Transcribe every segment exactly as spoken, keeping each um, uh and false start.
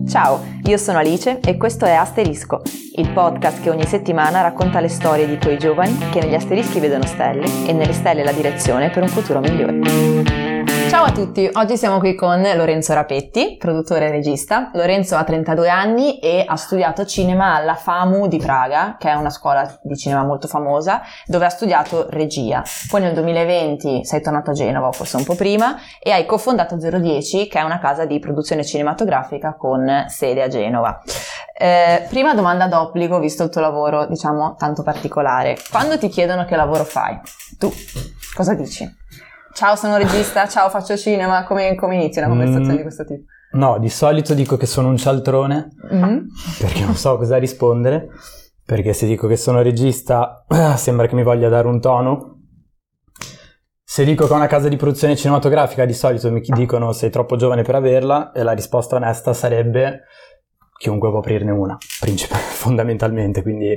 Ciao, io sono Alice e questo è Asterisco, il podcast che ogni settimana racconta le storie di quei giovani che negli asterischi vedono stelle e nelle stelle la direzione per un futuro migliore. Ciao a tutti, oggi siamo qui con Lorenzo Rapetti, produttore e regista. Lorenzo ha trentadue anni e ha studiato cinema alla FAMU di Praga, che è una scuola di cinema molto famosa, dove ha studiato regia. Poi nel duemilaventi sei tornato a Genova, o forse un po' prima, e hai cofondato zero dieci, che è una casa di produzione cinematografica con sede a Genova. Eh, prima domanda d'obbligo, visto il tuo lavoro, diciamo, tanto particolare. Quando ti chiedono che lavoro fai, tu cosa dici? Ciao, sono regista, ciao, faccio cinema, come, come inizi una conversazione mm, di questo tipo? No, di solito dico che sono un cialtrone, mm-hmm. perché non so cosa rispondere, perché se dico che sono regista sembra che mi voglia dare un tono. Se dico che ho una casa di produzione cinematografica, di solito mi dicono sei troppo giovane per averla, e la risposta onesta sarebbe chiunque può aprirne una, princip- fondamentalmente, quindi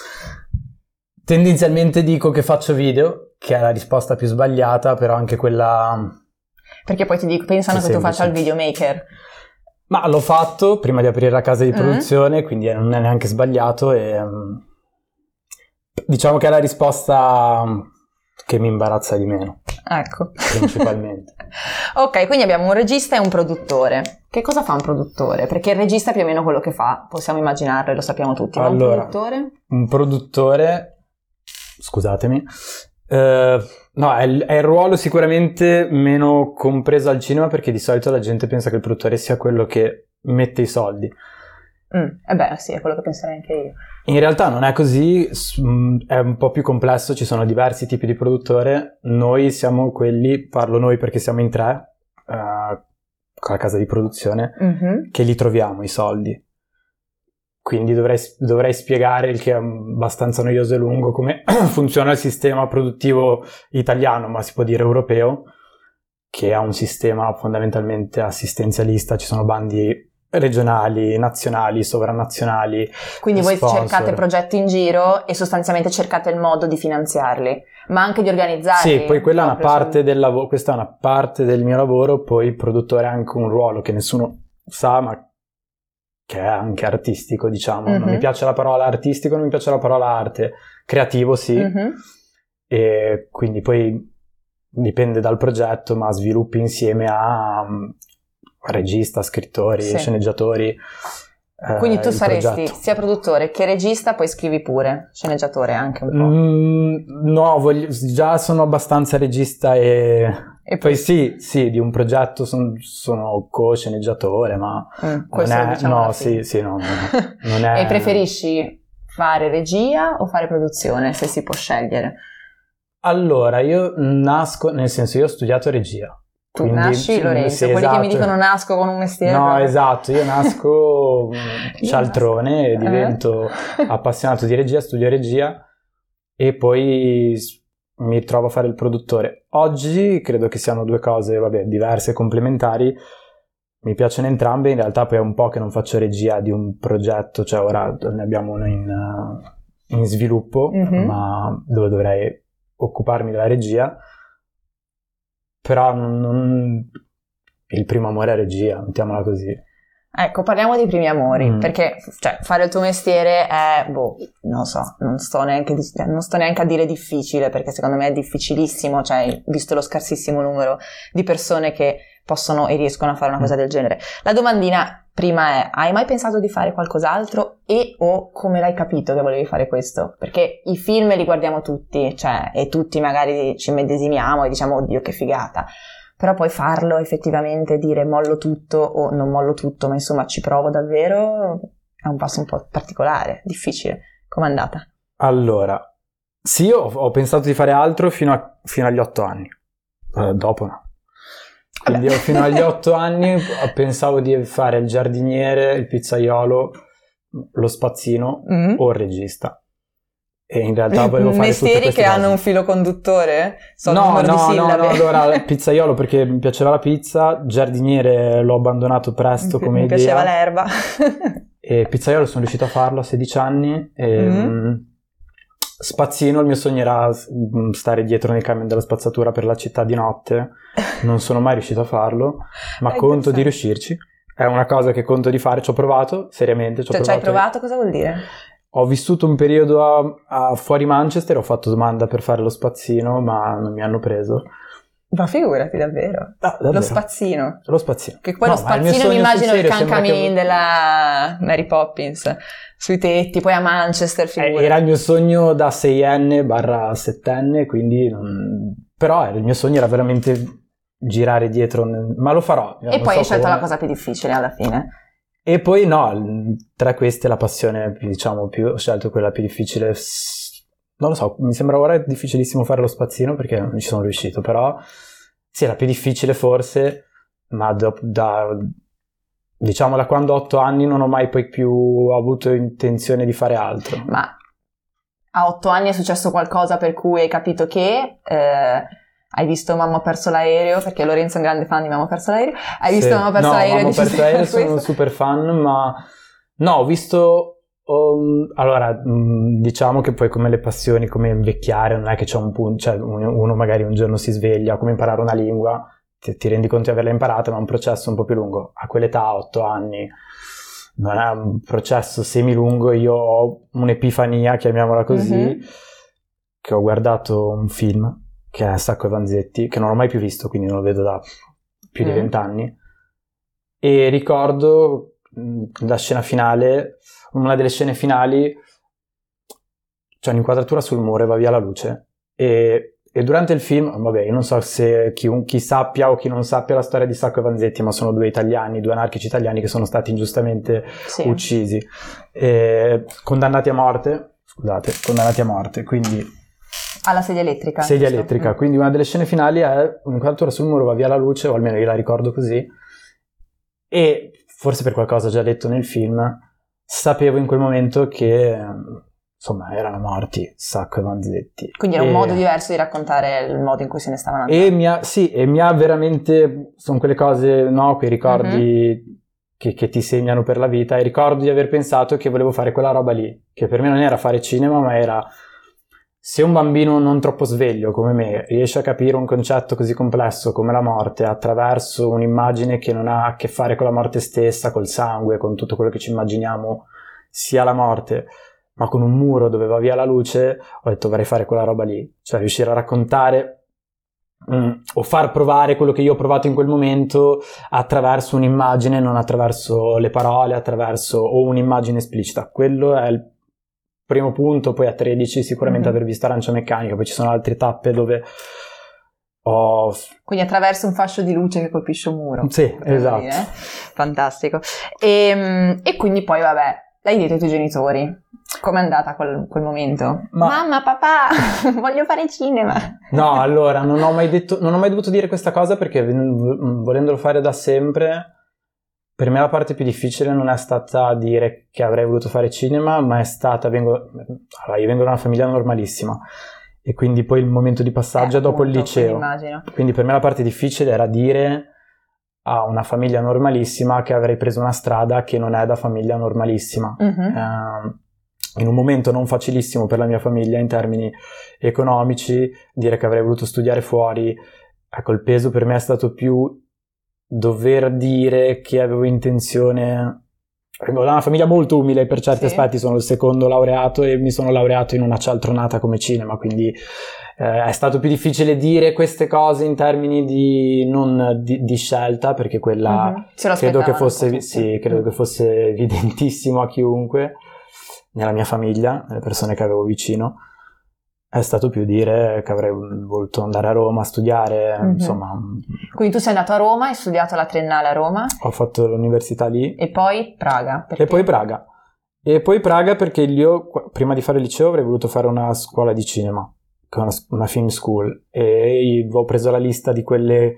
tendenzialmente dico che faccio video, che è la risposta più sbagliata, però anche quella... Perché poi ti dico, pensano che semplice. Tu faccia il videomaker. Ma l'ho fatto prima di aprire la casa di produzione, mm. quindi non è neanche sbagliato, e um, diciamo che è la risposta che mi imbarazza di meno. Ecco. Principalmente. Ok, quindi abbiamo un regista e un produttore. Che cosa fa un produttore? Perché il regista è più o meno quello che fa, possiamo immaginarlo, lo sappiamo tutti. Ma allora, un produttore? Un produttore, scusatemi, Uh, no, è il, è il ruolo sicuramente meno compreso al cinema, perché di solito la gente pensa che il produttore sia quello che mette i soldi. Mm, eh beh, sì, è quello che penserei anche io. In realtà non è così, è un po' più complesso, ci sono diversi tipi di produttore. Noi siamo quelli, parlo noi perché siamo in tre, uh, con la casa di produzione, mm-hmm. che li troviamo i soldi. Quindi dovrei, dovrei spiegare, il che è abbastanza noioso e lungo, come funziona il sistema produttivo italiano, ma si può dire europeo, che ha un sistema fondamentalmente assistenzialista. Ci sono bandi regionali, nazionali, sovranazionali. Quindi voi sponsor. cercate progetti in giro e sostanzialmente cercate il modo di finanziarli, ma anche di organizzarli. Sì, poi quella è una parte su... del lavoro, questa è una parte del mio lavoro. Poi il produttore ha anche un ruolo che nessuno sa, ma che è anche artistico, diciamo. Mm-hmm. Non mi piace la parola artistico, non mi piace la parola arte. Creativo sì, mm-hmm. e quindi poi dipende dal progetto, ma sviluppi insieme a um, regista, scrittori, sì. sceneggiatori. Quindi eh, tu saresti progetto. sia produttore che regista, poi scrivi pure, sceneggiatore anche un po'. Mm, no, voglio, già sono abbastanza regista e... E poi, poi sì, sì, di un progetto son, sono co-sceneggiatore, ma mm, questo non è, diciamo no, sì, sì, no, non è... E preferisci fare regia o fare produzione, se si può scegliere? Allora, io nasco, nel senso, io ho studiato regia. Tu quindi, nasci Lorenzo, sì, quelli esatto. che mi dicono nasco con un mestiere. No, proprio. esatto, io nasco cialtrone e divento uh-huh. appassionato di regia, studio regia e poi mi trovo a fare il produttore. Oggi credo che siano due cose, vabbè, diverse e complementari. Mi piacciono entrambe, in realtà poi è un po' che non faccio regia di un progetto, cioè ora ne abbiamo uno in, in sviluppo, mm-hmm. ma dove dovrei occuparmi della regia. Però non, non... il primo amore è regia, mettiamola così. Ecco, parliamo dei primi amori, mm. perché cioè, fare il tuo mestiere è, boh, non so, non sto, neanche, non sto neanche a dire difficile, perché secondo me è difficilissimo, cioè, visto lo scarsissimo numero di persone che possono e riescono a fare una cosa del genere. La domandina prima è, hai mai pensato di fare qualcos'altro e o come l'hai capito che volevi fare questo? Perché i film li guardiamo tutti, cioè, e tutti magari ci medesimiamo e diciamo, oddio che figata. Però poi farlo effettivamente, dire mollo tutto o non mollo tutto, ma insomma ci provo davvero, è un passo un po' particolare, difficile. Com'è andata? Allora, sì, ho, ho pensato di fare altro fino, a, fino agli otto anni, eh, dopo no. Quindi io fino agli otto anni pensavo di fare il giardiniere, il pizzaiolo, lo spazzino mm-hmm. o il regista. E in realtà volevo fare mestieri che cose. Hanno un filo conduttore? Sono no, un numero no, di sillabe. no, no, allora pizzaiolo perché mi piaceva la pizza, giardiniere l'ho abbandonato presto come mi idea. Mi piaceva l'erba. E pizzaiolo sono riuscito a farlo a sedici anni e mm-hmm. spazzino, il mio sogno era stare dietro nel camion della spazzatura per la città di notte, non sono mai riuscito a farlo, ma conto di riuscirci. è una cosa che conto di fare, ci ho provato, seriamente. Ci ho cioè, provato. ci hai provato? Cosa vuol dire? Ho vissuto un periodo a, a fuori Manchester, ho fatto domanda per fare lo spazzino, ma non mi hanno preso. Ma figurati, davvero? Ah, davvero? Lo spazzino. Lo spazzino. Che poi No, lo spazzino mi immagino il cancamin che... della Mary Poppins sui tetti, poi a Manchester, figurati. Era il mio sogno da seienne barra settenne, quindi non... però il mio sogno era veramente girare dietro, ma lo farò. E poi so hai scelto come. La cosa più difficile alla fine. E poi no, tra queste la passione, diciamo, più ho scelto quella più difficile. Non lo so, mi sembra ora difficilissimo fare lo spazzino perché non ci sono riuscito, però sì, è la più difficile forse, ma do, da, diciamo da quando ho otto anni non ho mai poi più avuto intenzione di fare altro. Ma a otto anni è successo qualcosa per cui hai capito che eh, hai visto Mamma ho perso l'aereo, perché Lorenzo è un grande fan di Mamma ho perso l'aereo, hai visto sì. Mamma ho perso no, l'aereo? Mamma ho perso l'aereo sono un super fan, ma no, ho visto... Um, allora, um, diciamo che poi come le passioni, come invecchiare, non è che c'è un punto, cioè uno magari un giorno si sveglia, come imparare una lingua, ti, ti rendi conto di averla imparata, ma è un processo un po' più lungo. A quell'età, otto anni, non è un processo semilungo. Io ho un'epifania, chiamiamola così, mm-hmm. che ho guardato un film, che è Sacco e Vanzetti, che non ho mai più visto, quindi non lo vedo da più mm. di vent'anni, e ricordo mh, la scena finale, una delle scene finali, c'è un'inquadratura sul muro e va via la luce, e, e durante il film, vabbè, io non so se chi, chi sappia o chi non sappia la storia di Sacco e Vanzetti, ma sono due italiani, due anarchici italiani che sono stati ingiustamente sì. uccisi, e, condannati a morte, scusate, condannati a morte, quindi... alla sedia elettrica. Sedia giusto? elettrica, mm. Quindi una delle scene finali è un'inquadratura sul muro, va via la luce, o almeno io la ricordo così, e forse per qualcosa già detto nel film, sapevo in quel momento che insomma erano morti Sacco e Vanzetti. Quindi era e... un modo diverso di raccontare il modo in cui se ne stavano andando. E mi ha, sì, e mi ha veramente, sono quelle cose, no, quei ricordi mm-hmm. che, che ti segnano per la vita, e ricordo di aver pensato che volevo fare quella roba lì, che per me non era fare cinema, ma era... Se un bambino non troppo sveglio come me riesce a capire un concetto così complesso come la morte attraverso un'immagine che non ha a che fare con la morte stessa, col sangue, con tutto quello che ci immaginiamo sia la morte, ma con un muro dove va via la luce, ho detto vorrei fare quella roba lì, cioè riuscire a raccontare mm, o far provare quello che io ho provato in quel momento attraverso un'immagine, non attraverso le parole, attraverso o un'immagine esplicita. Quello è il primo punto. Poi a tredici sicuramente mm-hmm. aver visto Arancia Meccanica, poi ci sono altre tappe dove ho... Quindi attraverso un fascio di luce che colpisce un muro. Sì, esatto. Dire. Fantastico. E, e quindi poi vabbè, l'hai detto ai tuoi genitori. Com'è andata quel, quel momento? Ma... Mamma, papà, voglio fare cinema. No, allora, non ho mai detto, non ho mai dovuto dire questa cosa perché volendolo fare da sempre... Per me la parte più difficile non è stata dire che avrei voluto fare cinema, ma è stata, vengo, allora io vengo da una famiglia normalissima e quindi poi il momento di passaggio eh, è dopo appunto, il liceo. Quindi, quindi per me la parte difficile era dire a una famiglia normalissima che avrei preso una strada che non è da famiglia normalissima. Mm-hmm. Eh, in un momento non facilissimo per la mia famiglia in termini economici, dire che avrei voluto studiare fuori, ecco, il peso per me è stato più dover dire che avevo intenzione. Vengo da una famiglia molto umile, per certi sì. aspetti sono il secondo laureato e mi sono laureato in una cialtronata come cinema, quindi eh, è stato più difficile dire queste cose in termini di non di, di scelta, perché quella mm-hmm. credo che fosse sì, credo mm. che fosse evidentissimo a chiunque nella mia famiglia, nelle persone che avevo vicino. È stato più dire che avrei voluto andare a Roma a studiare, mm-hmm. insomma. Quindi tu sei andato a Roma, hai studiato la triennale a Roma? Ho fatto l'università lì. E poi Praga? Perché? E poi Praga. E poi Praga perché io, prima di fare il liceo, avrei voluto fare una scuola di cinema, una, una film school, e ho preso la lista di quelle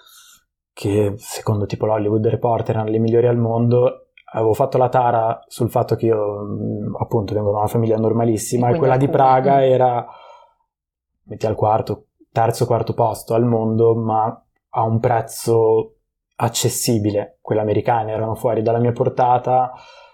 che, secondo tipo l'Hollywood Reporter, erano le migliori al mondo. Avevo fatto la tara sul fatto che io, appunto, vengo da una famiglia normalissima, e, e quella di Praga era... metti al quarto, terzo, quarto posto al mondo, ma a un prezzo accessibile. Quelle americane erano fuori dalla mia portata,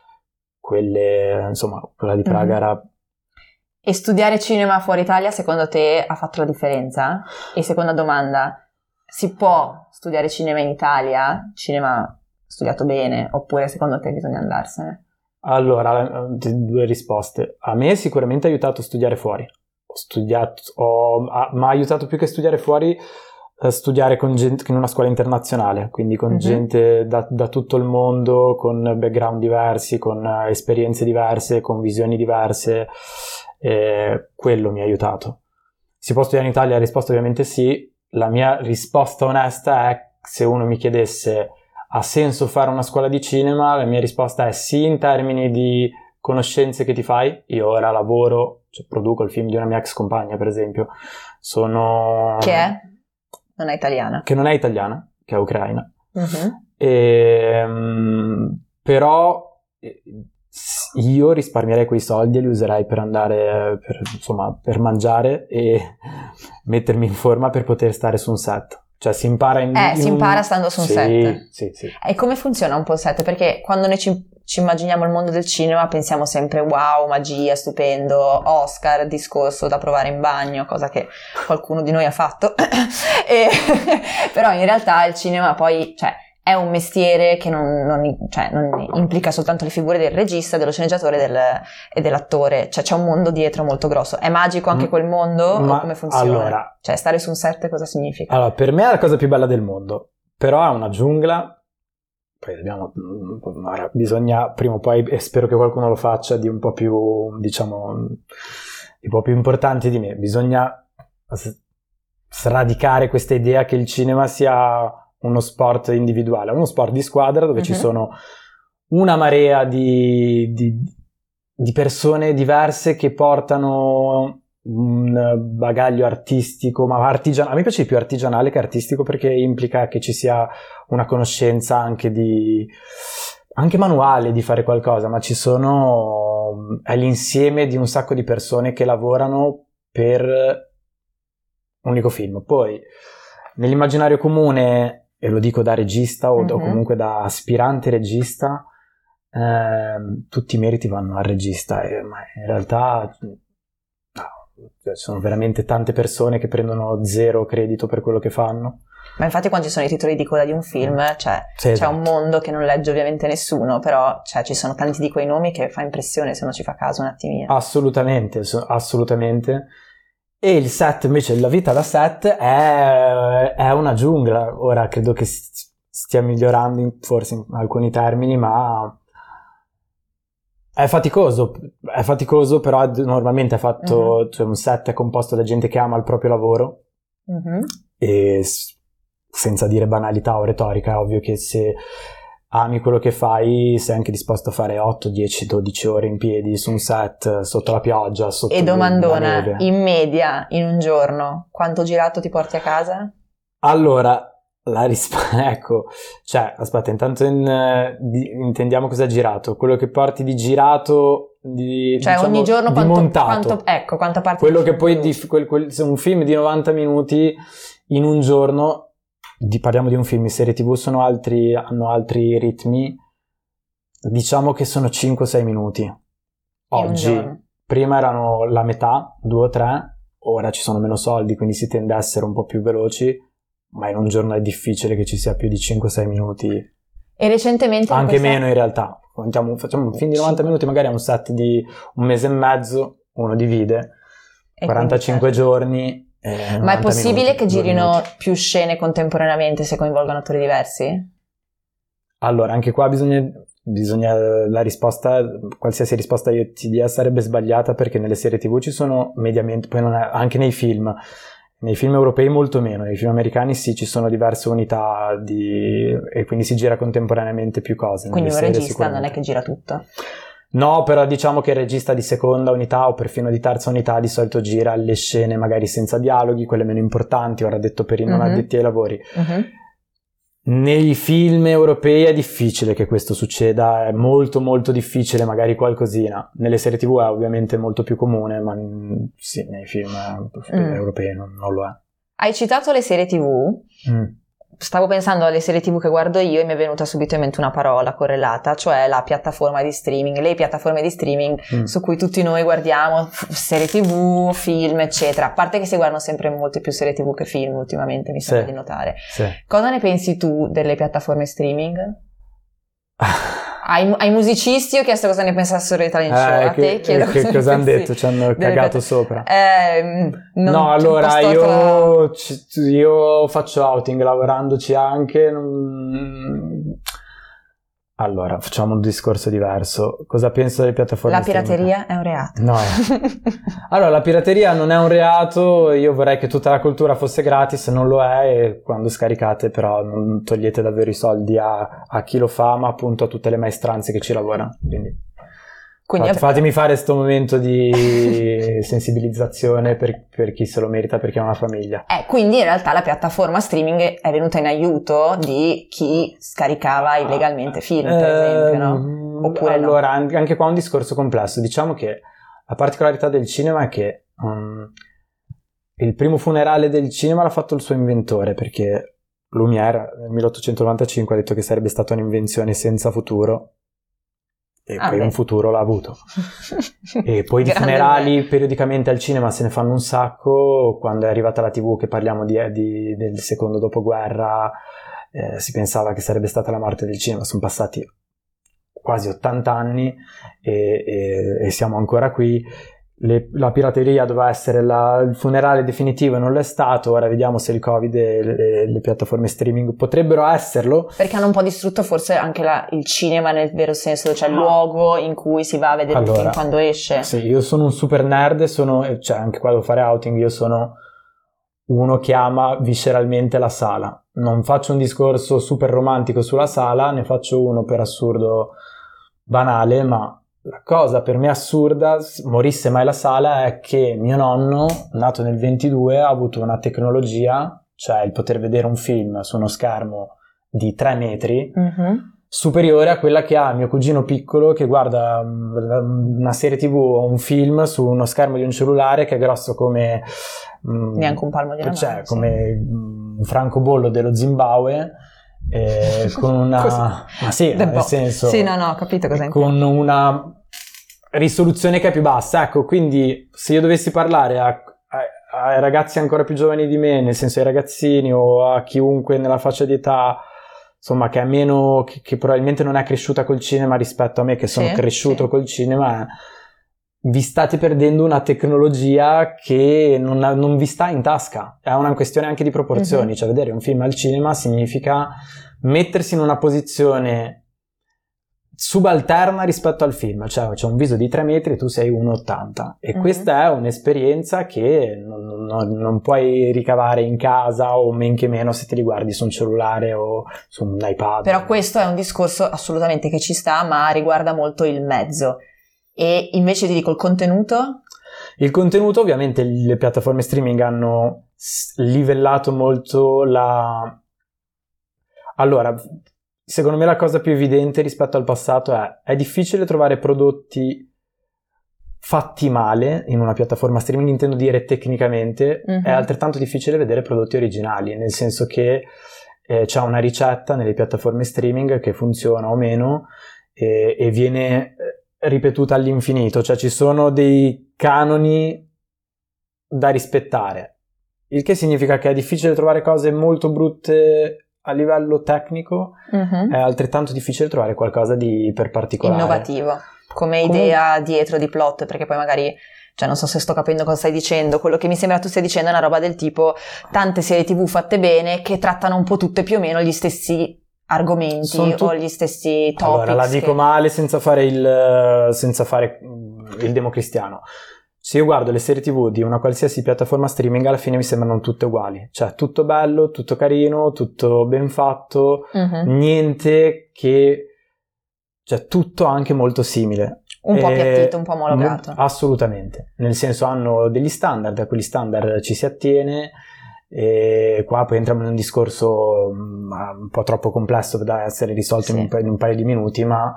quelle, insomma, quella di Praga mm-hmm. era... E studiare cinema fuori Italia, secondo te, ha fatto la differenza? E seconda domanda, si può studiare cinema in Italia? Cinema studiato bene, oppure secondo te bisogna andarsene? Allora, due risposte. A me sicuramente ha aiutato a studiare fuori. Ho studiato, ho, mi ha aiutato più che studiare fuori, a studiare con gente in una scuola internazionale, quindi con mm-hmm. gente da, da tutto il mondo, con background diversi, con esperienze diverse, con visioni diverse. E quello mi ha aiutato. Si può studiare in Italia? La risposta ovviamente sì. La mia risposta onesta è, se uno mi chiedesse ha senso fare una scuola di cinema, la mia risposta è sì, in termini di conoscenze che ti fai. Io ora lavoro, cioè produco il film di una mia ex compagna, per esempio. Sono... Che è? Non è italiana. Che non è italiana, che è ucraina. Uh-huh. E, però io risparmierei quei soldi e li userei per andare, per, insomma, per mangiare e mettermi in forma per poter stare su un set. Cioè si impara in... Eh, in si impara un... stando su un sì, set. Sì, sì. E come funziona un po' il set? Perché quando noi ci, ci immaginiamo il mondo del cinema pensiamo sempre wow, magia, stupendo, Oscar, discorso da provare in bagno, cosa che qualcuno di noi ha fatto. e, però in realtà il cinema poi, cioè, è un mestiere che non, non, cioè, non implica soltanto le figure del regista, dello sceneggiatore del, e dell'attore, cioè c'è un mondo dietro molto grosso. È magico anche quel mondo? Ma o come funziona? Allora, cioè stare su un set cosa significa? Allora, per me è la cosa più bella del mondo, però è una giungla, poi dobbiamo, bisogna prima o poi, e spero che qualcuno lo faccia, di un po' più, diciamo, un po' più importanti di me, bisogna sradicare questa idea che il cinema sia uno sport individuale, uno sport di squadra dove uh-huh. ci sono una marea di, di, di persone diverse che portano un bagaglio artistico, ma artigianale. A me piace più artigianale che artistico perché implica che ci sia una conoscenza anche di anche manuale di fare qualcosa, ma ci sono è l'insieme di un sacco di persone che lavorano per un unico film. Poi nell'immaginario comune, e lo dico da regista o, mm-hmm. o comunque da aspirante regista, eh, tutti i meriti vanno al regista, eh, ma in realtà no, cioè, sono veramente tante persone che prendono zero credito per quello che fanno. Ma infatti quando ci sono i titoli di coda di un film, cioè, sì, c'è esatto. un mondo che non legge ovviamente nessuno, però cioè, ci sono tanti di quei nomi che fa impressione se uno ci fa caso un attimino. Assolutamente, assolutamente. E il set invece, la vita da set è, è una giungla. Ora credo che stia migliorando in, forse in alcuni termini, ma è faticoso, è faticoso, però normalmente è fatto, uh-huh. cioè un set è composto da gente che ama il proprio lavoro, uh-huh. e senza dire banalità o retorica, è ovvio che se ami quello che fai sei anche disposto a fare otto, dieci, dodici ore in piedi su un set, sotto la pioggia, sotto e domandona, la neve. In media, in un giorno, quanto girato ti porti a casa? Allora, la risposta, ecco, cioè, aspetta, intanto in, di, intendiamo cosa è girato, quello che porti di girato, di, cioè diciamo, ogni giorno di quanto, montato. Quanto, ecco, quanta parte quello che poi, di, quel, quel, se un film di novanta minuti in un giorno, di, parliamo di un film, in serie tv sono altri, hanno altri ritmi, diciamo che sono cinque sei minuti oggi. Prima erano la metà, due o tre, ora ci sono meno soldi, quindi si tende a essere un po' più veloci, ma in un giorno è difficile che ci sia più di cinque sei minuti. E recentemente anche questa... meno in realtà. Contiamo, facciamo un film di novanta minuti, magari è un set di un mese e mezzo, uno divide, e quarantacinque giorni. Eh, ma è possibile minuti, che girino più scene contemporaneamente se coinvolgono attori diversi? Allora, anche qua bisogna, bisogna la risposta, qualsiasi risposta io ti dia sarebbe sbagliata, perché nelle serie tv ci sono mediamente, poi non è, anche nei film, nei film europei molto meno, nei film americani sì, ci sono diverse unità di, e quindi si gira contemporaneamente più cose. Quindi un regista non è che gira tutto? No, però diciamo che il regista di seconda unità o perfino di terza unità di solito gira le scene magari senza dialoghi, quelle meno importanti, ora detto per i non uh-huh. addetti ai lavori. Uh-huh. Nei film europei è difficile che questo succeda, è molto molto difficile, magari qualcosina. Nelle serie tv è ovviamente molto più comune, ma sì, nei film mm. europei non, non lo è. Hai citato le serie tv? Mm. Stavo pensando alle serie tv che guardo io e mi è venuta subito in mente una parola correlata, cioè la piattaforma di streaming, le piattaforme di streaming mm. su cui tutti noi guardiamo serie tv, film, eccetera. A parte che si guardano sempre molte più serie tv che film ultimamente, mi sembra sì. di notare. Sì. Cosa ne pensi tu delle piattaforme streaming? Ai, ai musicisti ho chiesto cosa ne pensassero dei talent show, eh, a te che, chiedo che, cosa, cosa hanno pensi detto, ci hanno cagato sopra. Eh, non, no, allora io, tra... io faccio outing lavorandoci anche. Non... Allora, facciamo un discorso diverso. Cosa penso delle piattaforme? La pirateria è un reato. No. Allora, la pirateria non è un reato, io vorrei che tutta la cultura fosse gratis, non lo è, e quando scaricate però non togliete davvero i soldi a, a chi lo fa, ma appunto a tutte le maestranze che ci lavorano. Quindi, Quindi fate, fatemi fare questo momento di sensibilizzazione per, per chi se lo merita, perché è una famiglia. Eh, quindi in realtà la piattaforma streaming è venuta in aiuto di chi scaricava illegalmente film, per eh, esempio, no? Oppure allora, no? Anche qua è un discorso complesso. Diciamo che la particolarità del cinema è che um, il primo funerale del cinema l'ha fatto il suo inventore, perché Lumière nel milleottocentonovantacinque ha detto che sarebbe stata un'invenzione senza futuro. E ah, poi beh. un futuro l'ha avuto. E poi di funerali beh. periodicamente al cinema se ne fanno un sacco. Quando è arrivata la tivù, che parliamo di, di, del secondo dopoguerra, eh, si pensava che sarebbe stata la morte del cinema. Sono passati quasi ottanta anni e, e, e siamo ancora qui. Le, la pirateria doveva essere la, il funerale definitivo e non l'è stato. Ora vediamo se il Covid e le, le piattaforme streaming potrebbero esserlo, perché hanno un po' distrutto forse anche la, il cinema nel vero senso, cioè il luogo in cui si va a vedere allora, il film quando esce. Sì, io sono un super nerd, sono, cioè anche quando devo fare outing io sono uno che ama visceralmente la sala. Non faccio un discorso super romantico sulla sala, ne faccio uno per assurdo banale, ma la cosa per me assurda, morisse mai la sala, è che mio nonno, nato nel ventidue, ha avuto una tecnologia, cioè il poter vedere un film su uno schermo di tre metri, mm-hmm. superiore a quella che ha mio cugino piccolo, che guarda una serie tv o un film su uno schermo di un cellulare che è grosso come... neanche un palmo di una cioè, mano. come sì. un francobollo dello Zimbabwe, Eh, con una ma sì, nel senso sì, no, no, ho capito cosa con intendo. Una risoluzione che è più bassa. Ecco, quindi se io dovessi parlare a, a, ai ragazzi ancora più giovani di me, nel senso ai ragazzini o a chiunque nella fascia di età, insomma, che è meno che, che probabilmente non è cresciuta col cinema rispetto a me che sono sì, cresciuto sì. col cinema, vi state perdendo una tecnologia che non, non vi sta in tasca. È una questione anche di proporzioni, mm-hmm. cioè vedere un film al cinema significa mettersi in una posizione subalterna rispetto al film, cioè c'è un viso di tre metri e tu sei uno e ottanta e mm-hmm. questa è un'esperienza che non, non, non puoi ricavare in casa, o men che meno se te li guardi su un cellulare o su un iPad. Però questo è un discorso assolutamente che ci sta, ma riguarda molto il mezzo. E invece ti dico il contenuto? Il contenuto, ovviamente le piattaforme streaming hanno livellato molto la... Allora, secondo me la cosa più evidente rispetto al passato è è difficile trovare prodotti fatti male in una piattaforma streaming, intendo dire tecnicamente, mm-hmm. è altrettanto difficile vedere prodotti originali, nel senso che eh, c'è una ricetta nelle piattaforme streaming che funziona o meno e, e viene ripetuta all'infinito, cioè ci sono dei canoni da rispettare, il che significa che è difficile trovare cose molto brutte a livello tecnico, mm-hmm. è altrettanto difficile trovare qualcosa di iper particolare, innovativo come idea Com- dietro di plot, perché poi magari, cioè non so se sto capendo cosa stai dicendo, quello che mi sembra tu stia dicendo è una roba del tipo tante serie tv fatte bene che trattano un po' tutte più o meno gli stessi argomenti tu- o gli stessi topics. Allora la dico che... male senza fare il senza fare il democristiano. Se io guardo le serie tv di una qualsiasi piattaforma streaming, alla fine mi sembrano tutte uguali, cioè tutto bello, tutto carino, tutto ben fatto, uh-huh. niente che, cioè tutto anche molto simile, un po' appiattito, un po' omologato. Assolutamente, nel senso hanno degli standard, a quegli standard ci si attiene. E qua poi entriamo in un discorso un po' troppo complesso da essere risolto sì. in, un paio, in un paio di minuti, ma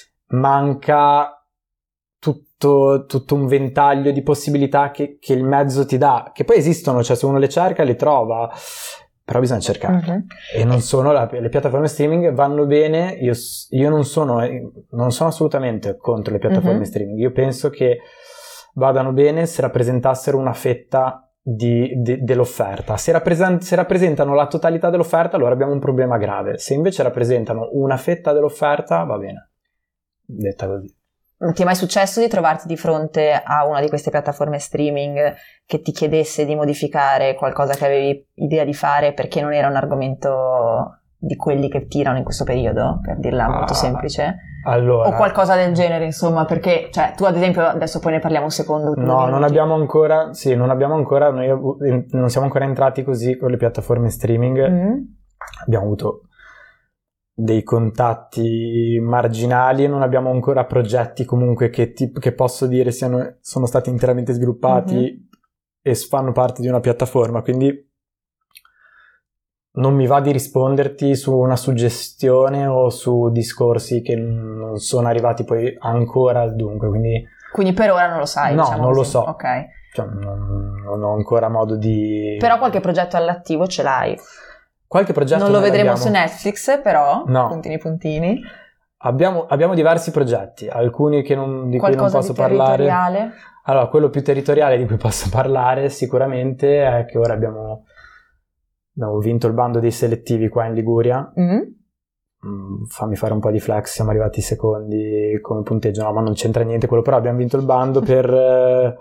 manca tutto, tutto un ventaglio di possibilità che, che il mezzo ti dà, che poi esistono, cioè se uno le cerca le trova, però bisogna cercarle, uh-huh. e non sono la, le piattaforme streaming vanno bene. Io, io non sono non sono assolutamente contro le piattaforme uh-huh. streaming, io penso che vadano bene se rappresentassero una fetta di, di, dell'offerta. Se, rappresent- se rappresentano la totalità dell'offerta, allora abbiamo un problema grave. Se invece rappresentano una fetta dell'offerta, va bene. Detta così. Non ti è mai successo di trovarti di fronte a una di queste piattaforme streaming che ti chiedesse di modificare qualcosa che avevi idea di fare perché non era un argomento di quelli che tirano in questo periodo, per dirla ah, molto semplice? Allora, o qualcosa del genere, insomma, perché cioè tu ad esempio, adesso poi ne parliamo un secondo. No, non abbiamo ancora, sì, non abbiamo ancora, noi non siamo ancora entrati così con le piattaforme streaming, mm. abbiamo avuto dei contatti marginali e non abbiamo ancora progetti comunque che, ti, che posso dire siano, sono stati interamente sviluppati mm-hmm. e fanno parte di una piattaforma, quindi non mi va di risponderti su una suggestione o su discorsi che non sono arrivati poi ancora al dunque, quindi... Quindi per ora non lo sai? No, diciamo non così. lo so. Ok. Cioè, non, non ho ancora modo di... Però qualche progetto all'attivo ce l'hai? Qualche progetto non lo vedremo abbiamo. Su Netflix, però, no. puntini puntini. Abbiamo, abbiamo diversi progetti, alcuni che non, di Qualcosa cui non posso di parlare. Territoriale? Allora, quello più territoriale di cui posso parlare sicuramente è che ora abbiamo, abbiamo vinto il bando dei selettivi qua in Liguria. Mm-hmm. Mm, fammi fare un po' di flex, siamo arrivati secondi come punteggio, no, ma non c'entra niente quello, però abbiamo vinto il bando per... eh,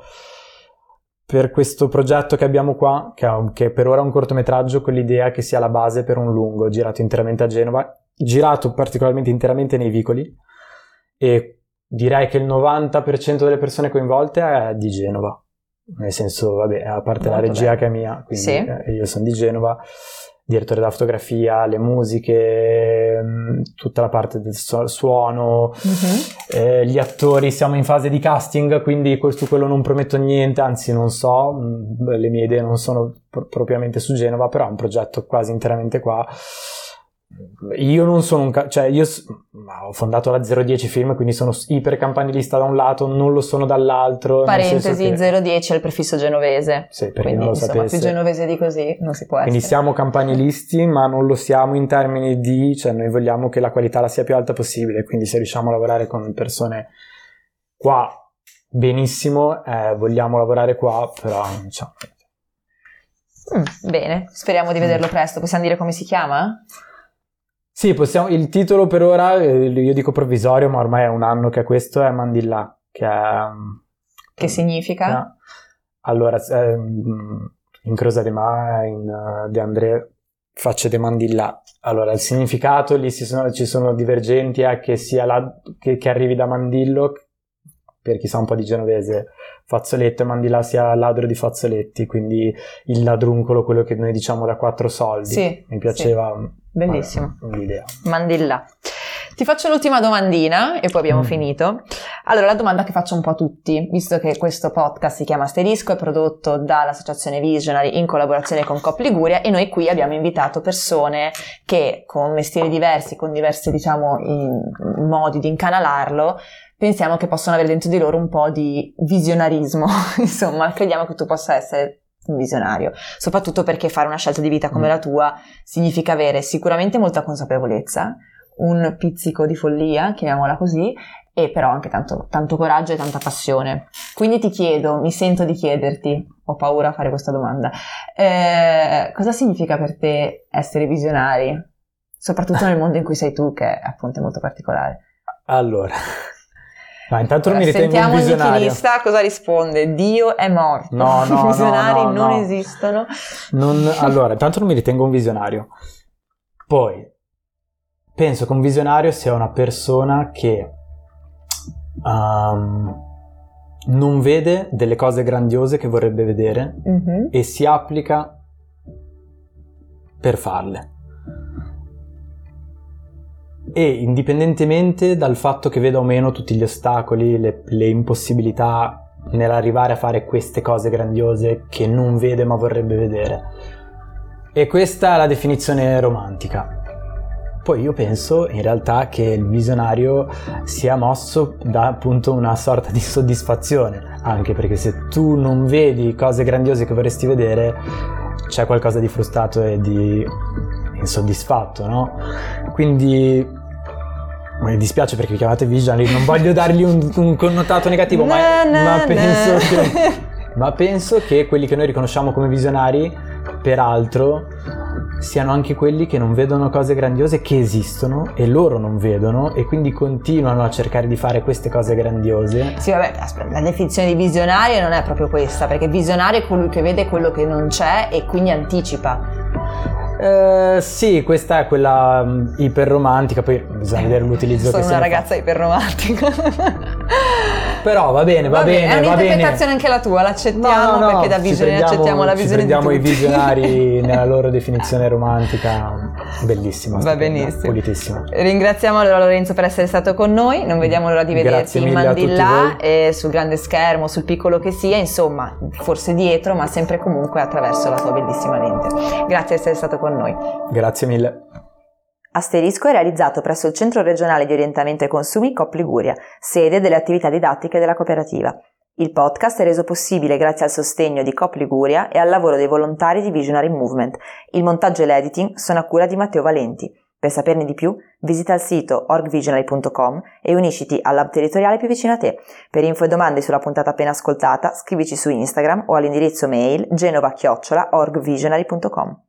per questo progetto che abbiamo qua, che, è, che per ora è un cortometraggio con l'idea che sia la base per un lungo, girato interamente a Genova, girato particolarmente interamente nei vicoli, e direi che il novanta per cento delle persone coinvolte è di Genova, nel senso, vabbè, a parte Molto la regia bene. Che è mia, quindi sì. eh, io sono di Genova, direttore della fotografia, le musiche, tutta la parte del su- suono, uh-huh. eh, gli attori, siamo in fase di casting, quindi su quello non prometto niente, anzi non so, le mie idee non sono pr- propriamente su Genova, però è un progetto quasi interamente qua. Io non sono un... Ca- cioè io s- ho fondato la zero dieci Film, quindi sono iper campanilista da un lato, non lo sono dall'altro. Parentesi, che... zero dieci è il prefisso genovese. Sì, per quindi, chi non lo insomma, sapesse. Più genovese di così non si può essere. Quindi siamo campanilisti, ma non lo siamo in termini di... cioè noi vogliamo che la qualità la sia più alta possibile, quindi se riusciamo a lavorare con persone qua benissimo, eh, vogliamo lavorare qua, però diciamo... Mm, bene, speriamo di vederlo presto. Possiamo dire come si chiama? Sì, possiamo, il titolo per ora, io dico provvisorio, ma ormai è un anno che questo è Mandilla, che è... Che significa? È, allora, è, in Crosa de Ma, in uh, De André, facce de Mandilla. Allora, il significato, lì si sono, ci sono divergenti, è che sia la, che, che arrivi da Mandillo, per chi sa un po' di genovese, fazzoletto, e Mandilla sia ladro di fazzoletti, quindi il ladruncolo, quello che noi diciamo da quattro soldi. Sì, mi piaceva... Sì. Bellissimo. Vabbè, l'idea. Mandilla. Ti faccio l'ultima domandina e poi abbiamo mm. finito. Allora, la domanda che faccio un po' a tutti, visto che questo podcast si chiama Asterisco, è prodotto dall'Associazione Visionary in collaborazione con Coop Liguria, e noi qui abbiamo invitato persone che con mestieri diversi, con diversi, diciamo, in, modi di incanalarlo, pensiamo che possono avere dentro di loro un po' di visionarismo. Insomma, crediamo che tu possa essere un visionario, soprattutto perché fare una scelta di vita come mm. la tua significa avere sicuramente molta consapevolezza, un pizzico di follia, chiamiamola così, e però anche tanto, tanto coraggio e tanta passione. Quindi ti chiedo, mi sento di chiederti, ho paura a fare questa domanda, eh, cosa significa per te essere visionari, soprattutto nel mondo in cui sei tu, che è appunto molto particolare? Allora... No, intanto non Ora, mi ritengo un visionario. Sentiamo il nichilista cosa risponde. Dio è morto. No, no, I visionari no, no, non no. esistono. Non, allora, intanto non mi ritengo un visionario. Poi, penso che un visionario sia una persona che um, non vede delle cose grandiose che vorrebbe vedere mm-hmm. e si applica per farle. E indipendentemente dal fatto che veda o meno tutti gli ostacoli, le, le impossibilità nell'arrivare a fare queste cose grandiose che non vede ma vorrebbe vedere. E questa è la definizione romantica. Poi io penso in realtà che il visionario sia mosso da appunto una sorta di soddisfazione, anche perché se tu non vedi cose grandiose che vorresti vedere, c'è qualcosa di frustrato e di insoddisfatto, no? Quindi mi dispiace perché vi chiamate visionari, non voglio dargli un, un connotato negativo, na, ma, na, ma penso na. che Ma penso che quelli che noi riconosciamo come visionari, peraltro, siano anche quelli che non vedono cose grandiose che esistono e loro non vedono, e quindi continuano a cercare di fare queste cose grandiose. Sì, vabbè, aspetta, la definizione di visionario non è proprio questa, perché visionario è colui che vede quello che non c'è e quindi anticipa. Uh, sì, questa è quella um, iperromantica, poi bisogna vedere l'utilizzo Sono che si una ne ragazza fa. iperromantica. Però va bene, va, va bene, bene. È va un'interpretazione bene. anche la tua, l'accettiamo, no, no, no, perché da visionari accettiamo la visione di tutti. Ci prendiamo i visionari nella loro definizione romantica, bellissima. Va benissimo. Pulitissima. Ringraziamo allora Lorenzo per essere stato con noi, non vediamo l'ora di vederti in Mandillà, e sul grande schermo, sul piccolo che sia, insomma, forse dietro, ma sempre comunque attraverso la tua bellissima lente. Grazie di essere stato con noi. Grazie mille. Asterisco è realizzato presso il Centro Regionale di Orientamento ai Consumi Coop Liguria, sede delle attività didattiche della cooperativa. Il podcast è reso possibile grazie al sostegno di Coop Liguria e al lavoro dei volontari di Visionary Movement. Il montaggio e l'editing sono a cura di Matteo Valenti. Per saperne di più, visita il sito org visionary punto com e unisciti all'hub territoriale più vicino a te. Per info e domande sulla puntata appena ascoltata, scrivici su Instagram o all'indirizzo mail genova chiocciola org visionary punto com.